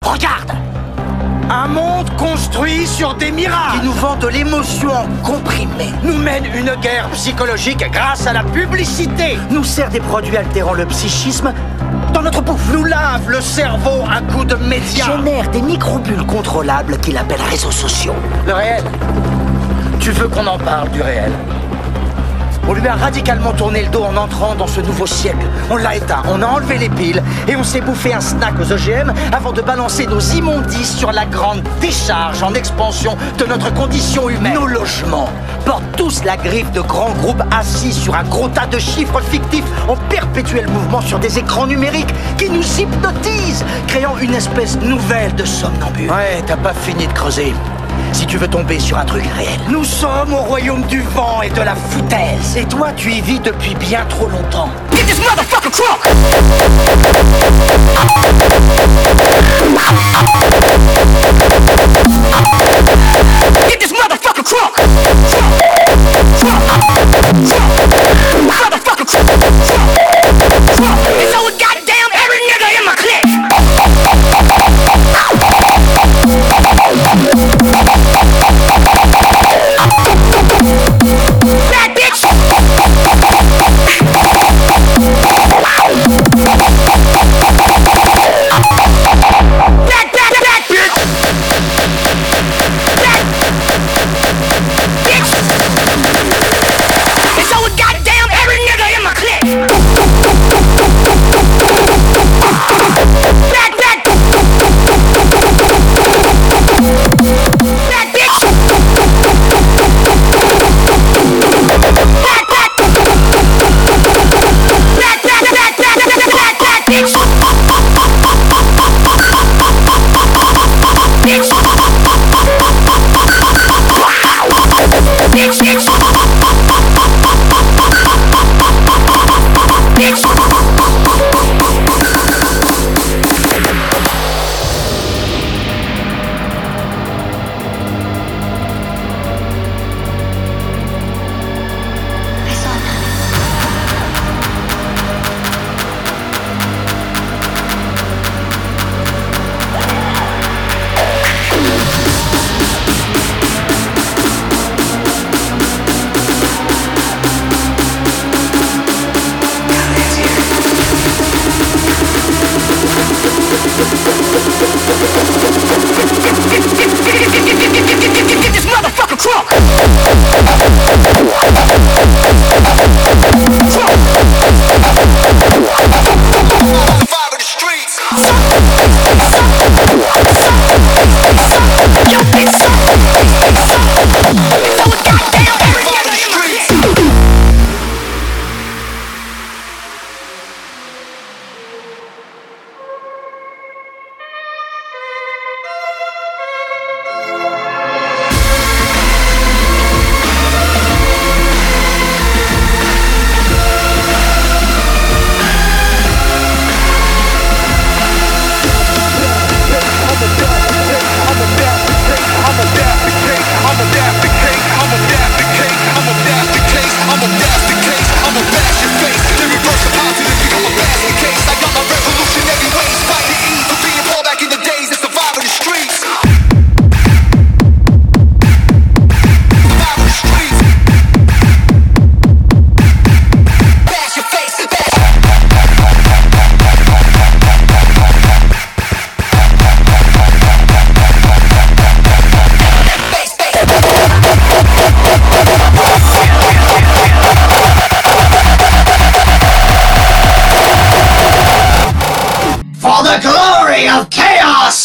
Regarde! Un monde construit sur des miracles Qui nous vend de l'émotion comprimée. nous mène une guerre psychologique grâce à la publicité, Nous sert des produits altérant le psychisme dans notre bouffe. nous lave le cerveau à coups de médias. Génère des microbules contrôlables qu'il appelle réseaux sociaux. Le réel. Tu veux qu'on en parle du réel? On lui a radicalement tourné le dos en entrant dans ce nouveau siècle. On l'a éteint, on a enlevé les piles et on s'est bouffé un snack aux OGM avant de balancer nos immondices sur la grande décharge en expansion de notre condition humaine. Nos logements portent tous la griffe de grands groupes assis sur un gros tas de chiffres fictifs en perpétuel mouvement sur des écrans numériques qui nous hypnotisent, créant une espèce nouvelle de somnambule. Ouais, t'as pas fini de creuser. Si tu veux tomber sur un truc réel. Nous sommes au royaume du vent et de la foutaise. Et toi, tu y vis depuis bien trop longtemps. Get this motherfucker crunk! Get this motherfucker crunk! Motherfucker crunk! It's over goddamn every nigga in my clique! Bad bitch! It's over goddamn every nigga in my clique! Bad bitch! Get this motherfucker crunk! Fire in the streets! Yo, bitch! It's over goddamn every nigga in my clique! For the glory of chaos!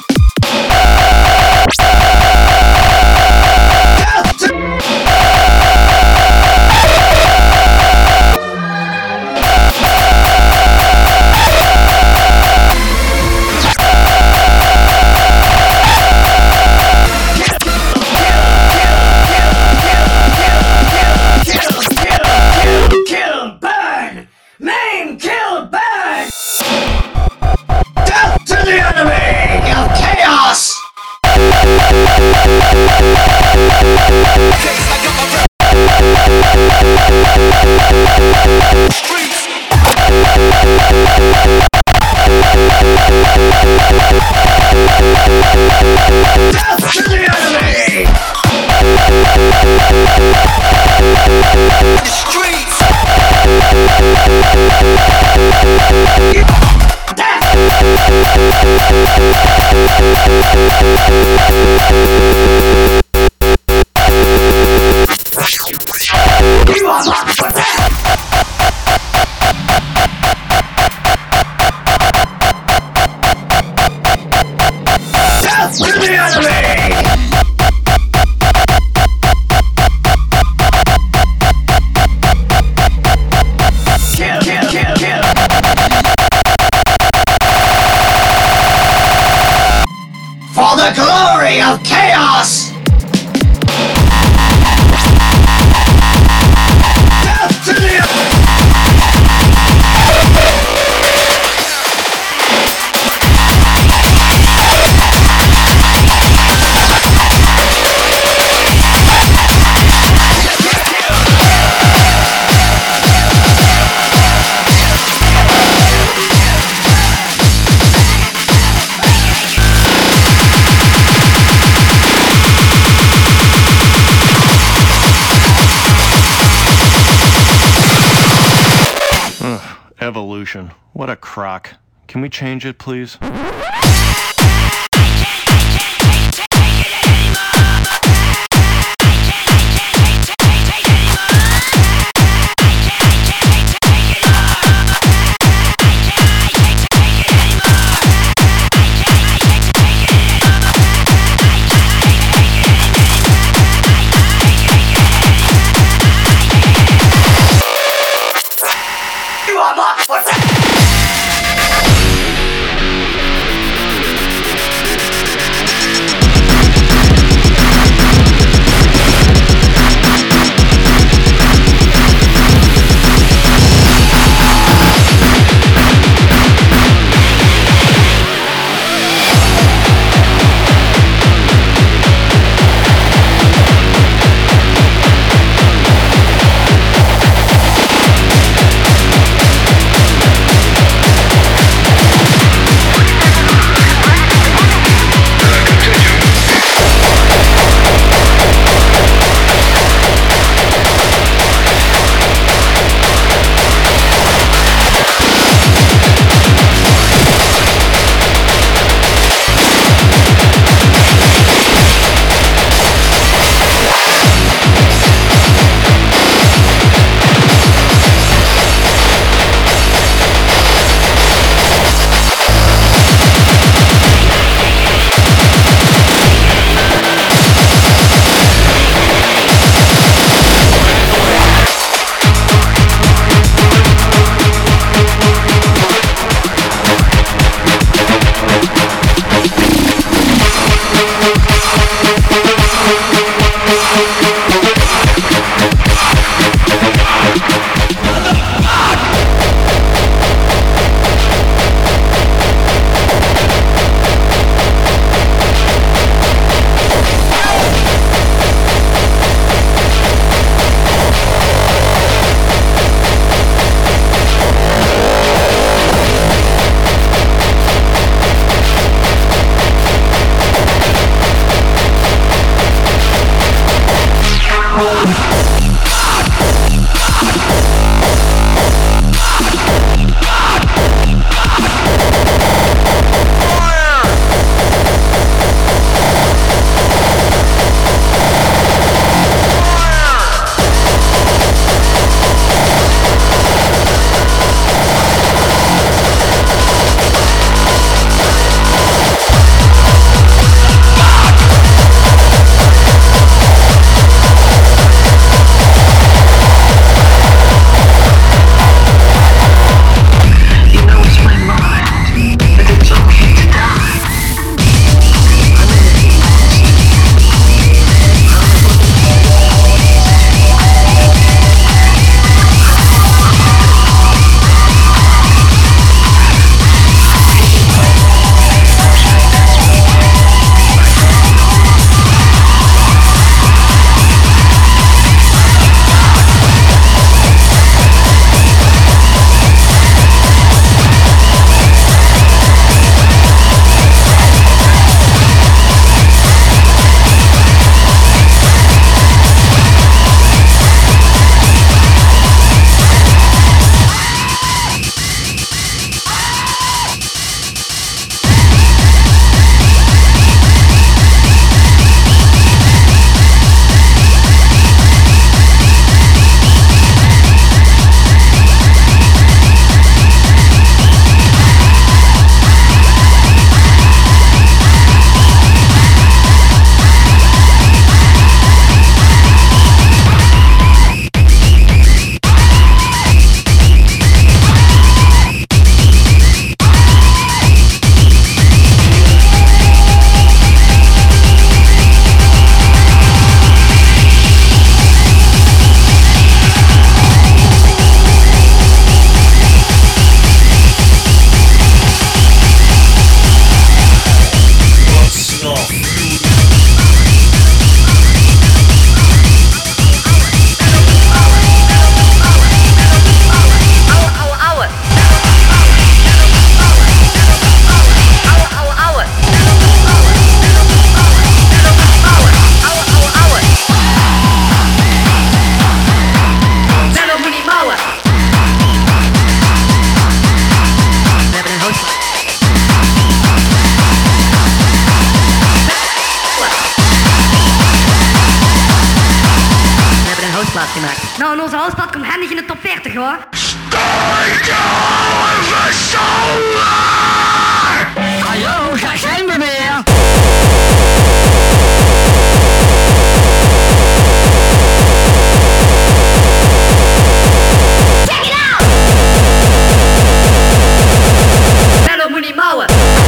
Kill, burn! Maim, kill, burn! Death to the enemy of chaos! Streets! Death to the enemy! The streets! You are not for death! Death to the enemy! Kill, kill, kill, kill! For the glory of chaos! Death to the enemy! Evolution. What a crock. Can we change it, please? You are not for death! zo staat kom handig in de top 40 hoor. Hallo, daar zijn we weer. Check it out! Bello moet niet mouwen.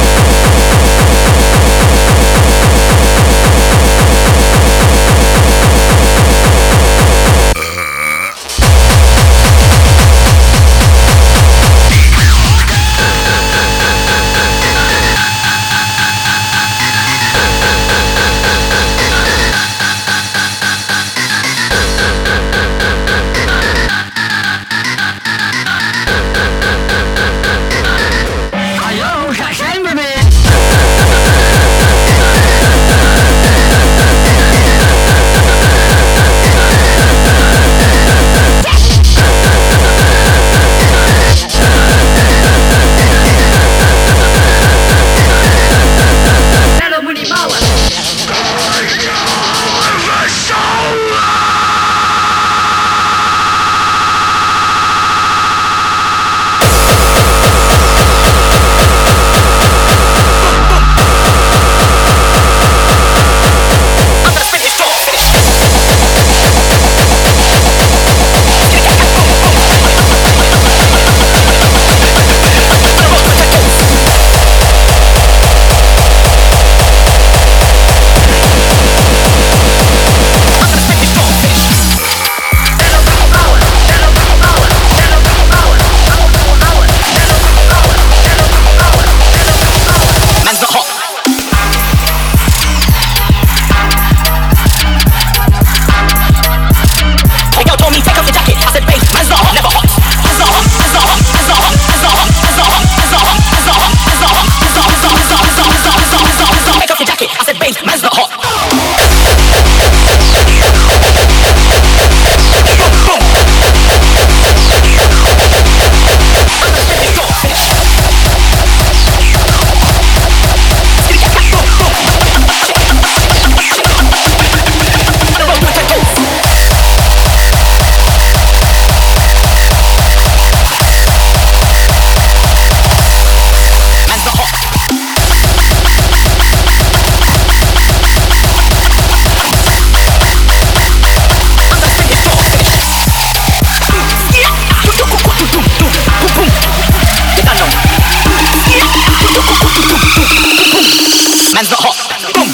Man's not hot. Boom.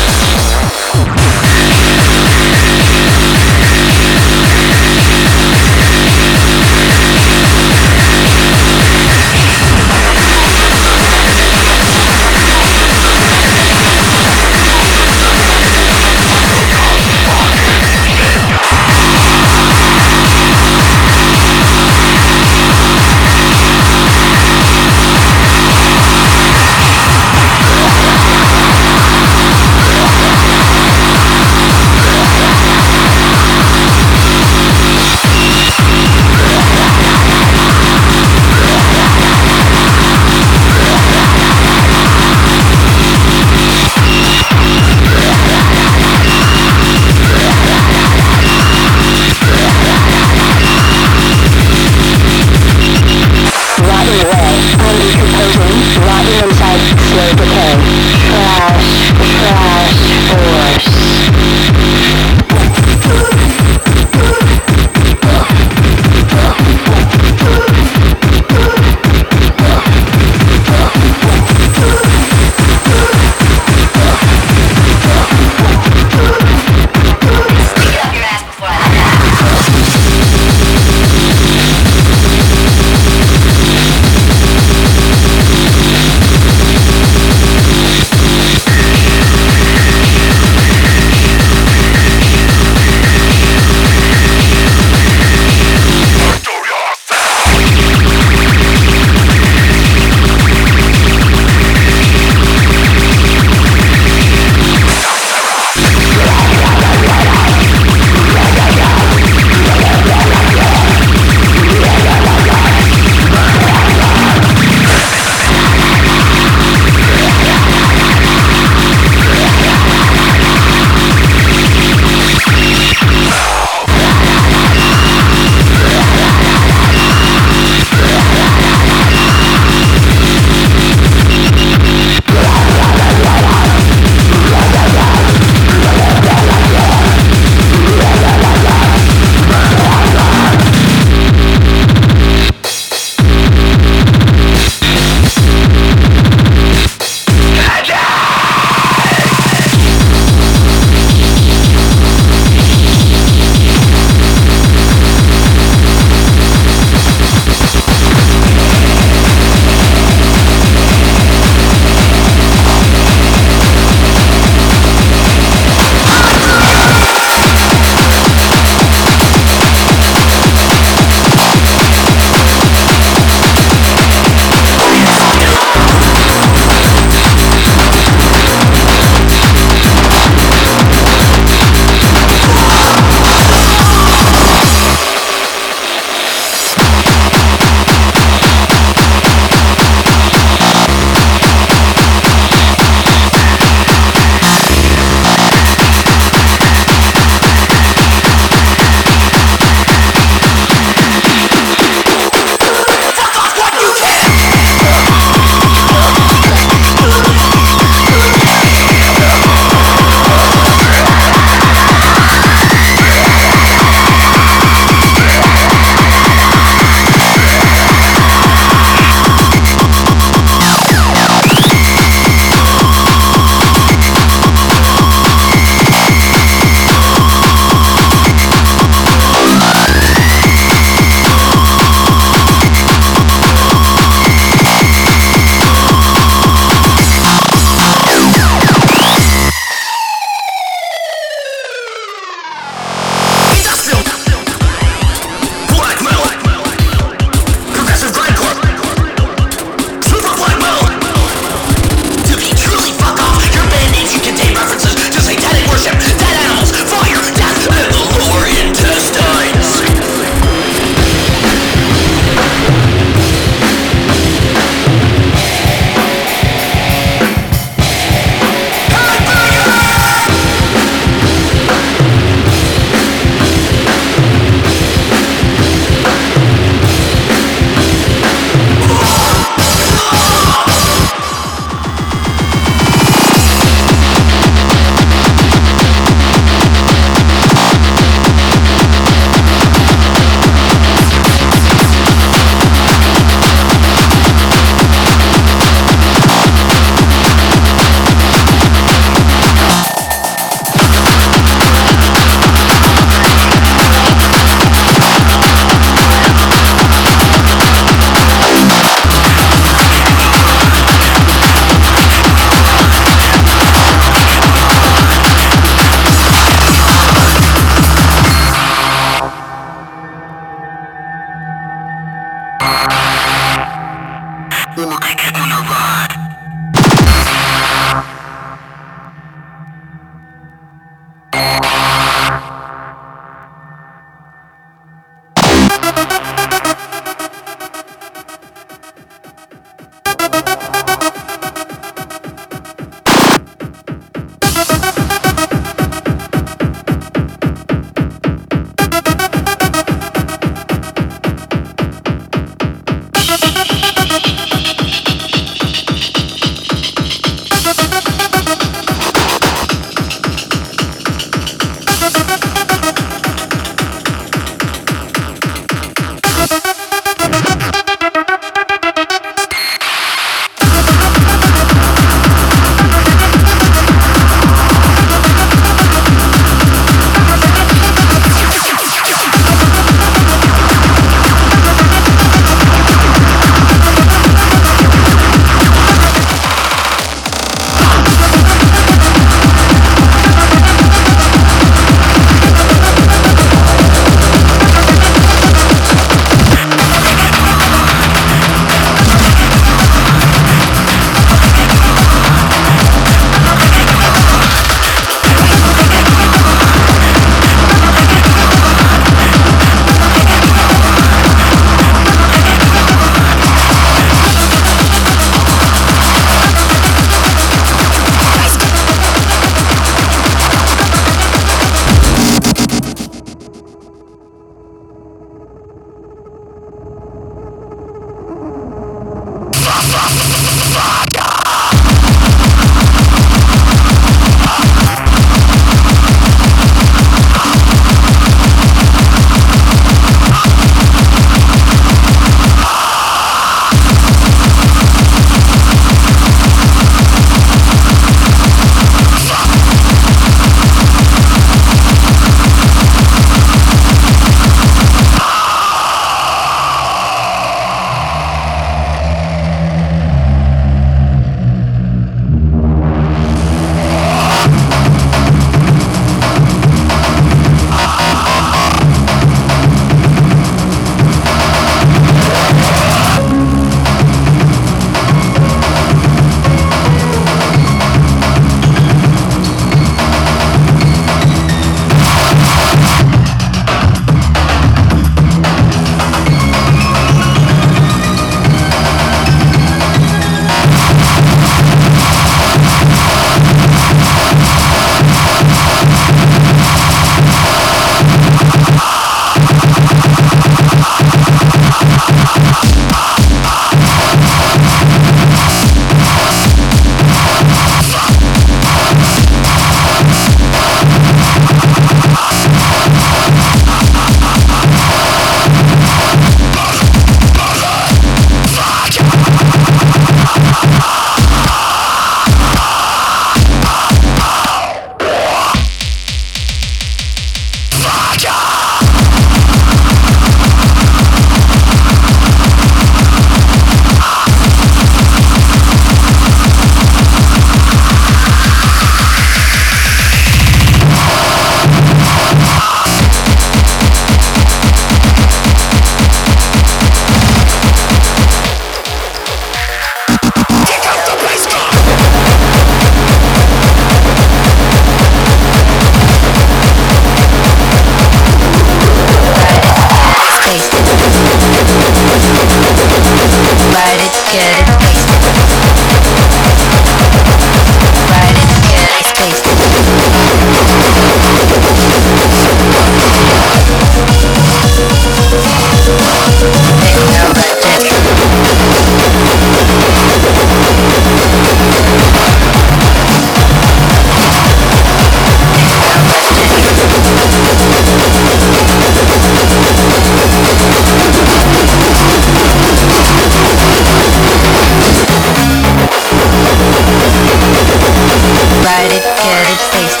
it tasty.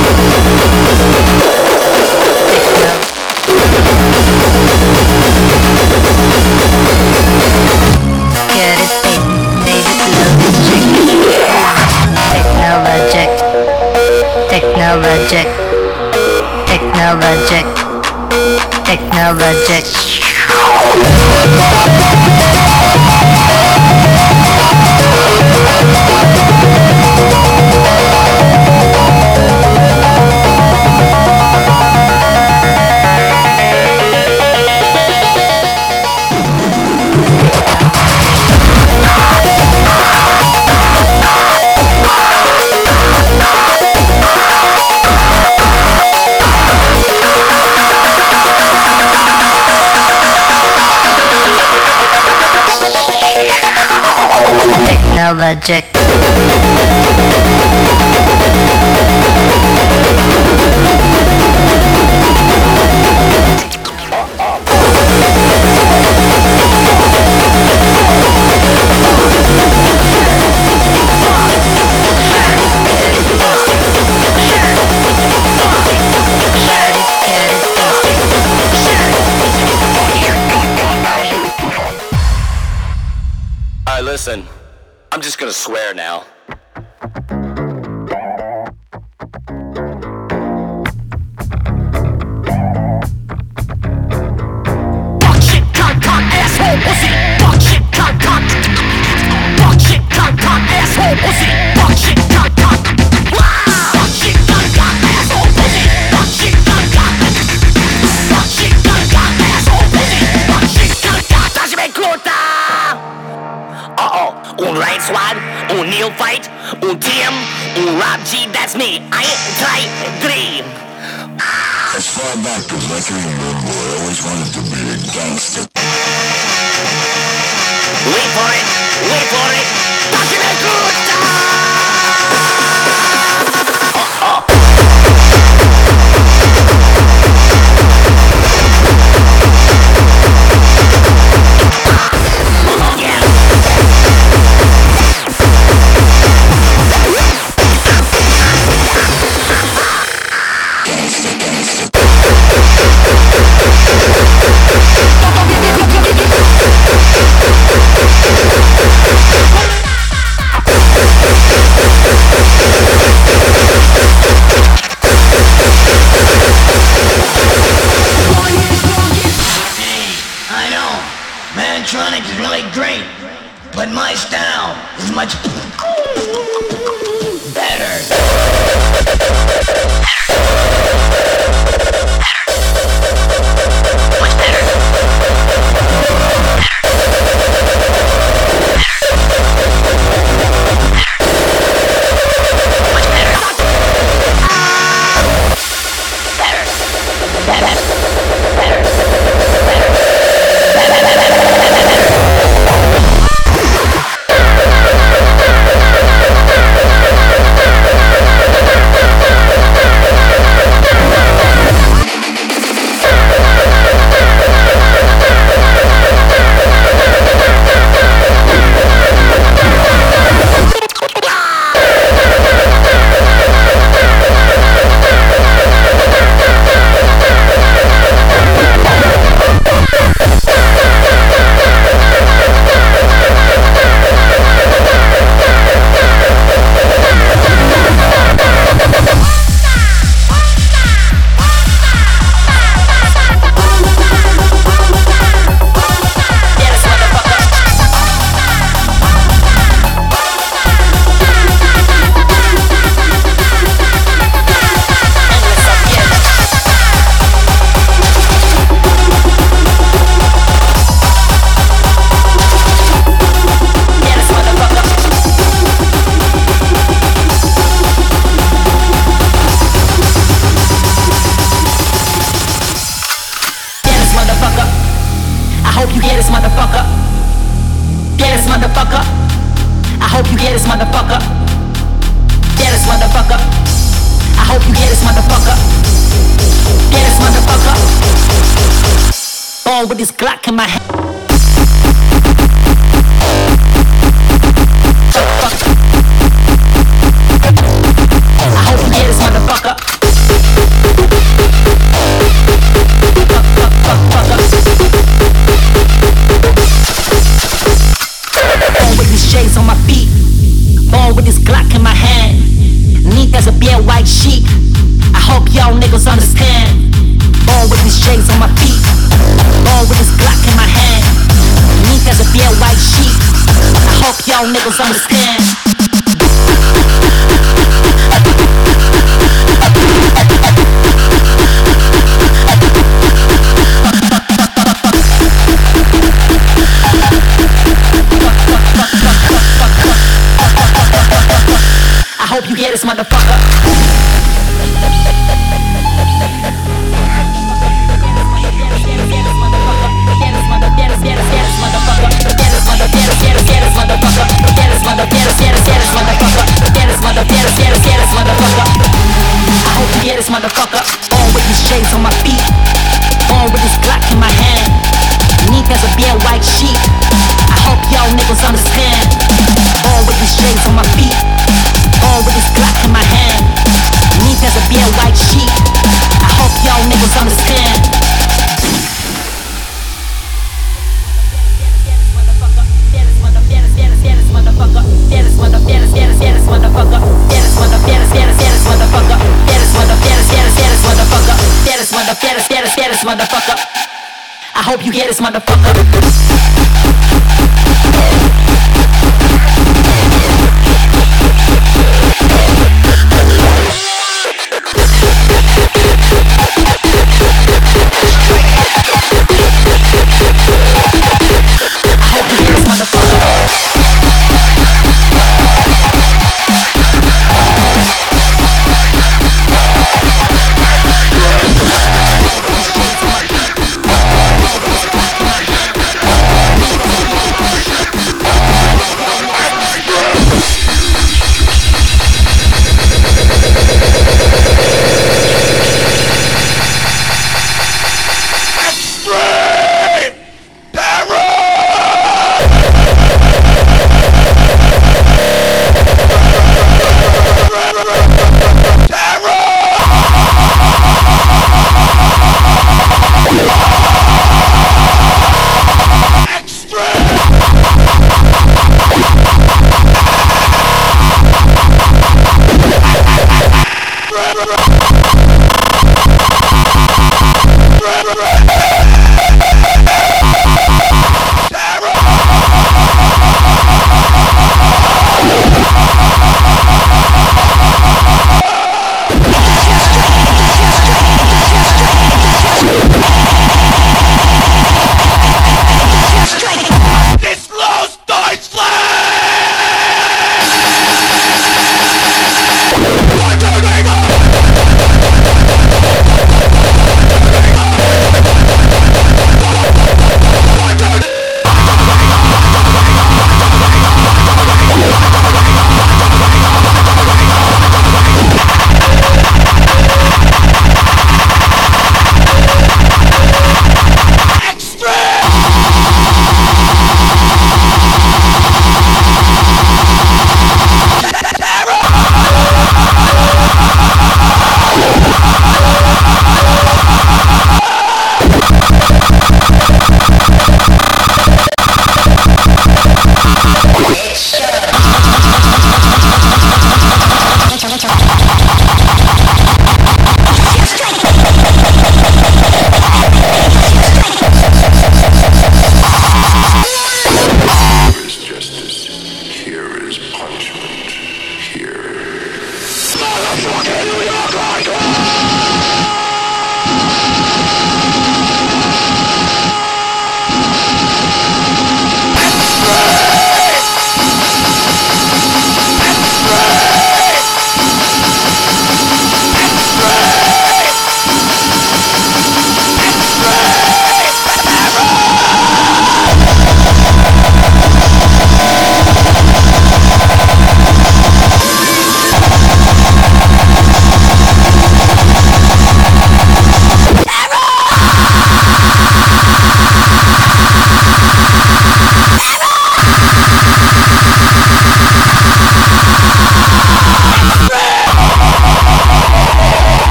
Get it, baby, love it, chick. Technologic. Technologic. Alright, listen. I'm just gonna swear now. Fuck shit, cunt, asshole, pussy. Fuck shit, cunt. Fuck shit, cunt, asshole, pussy. Fuck shit, cunt. Fuck shit, cunt, asshole, pussy. Fuck shit, cunt. Fuck shit, cunt, asshole, pussy. Fuck shit, cunt, das ist mein Kloter. Un Ryan Swan, un Neil Fight, un Tim, un Rob G, that's me. I ain't try dream. As far back as I can remember, I always wanted to be a gangster. Wait for it. Das ist mein Kloter. Mantronic is really great, but my style is much better. Much better. With this Glock in my hand. I hope you get y'all niggas understand. Born with these chains on my feet, born with this Glock in my hand, neat as a bare white sheet. I hope y'all niggas understand. I hope you hear this motherfucker. This motherfucker, born with these shades on my feet, born with this Glock in my hand, neat as a bare white sheet. I hope y'all niggas understand. Born with these shades on my feet, born with this Glock in my hand, neat as a bare white sheet. I hope y'all niggas understand. Motherfucker, I hope you hear this motherfucker. Right.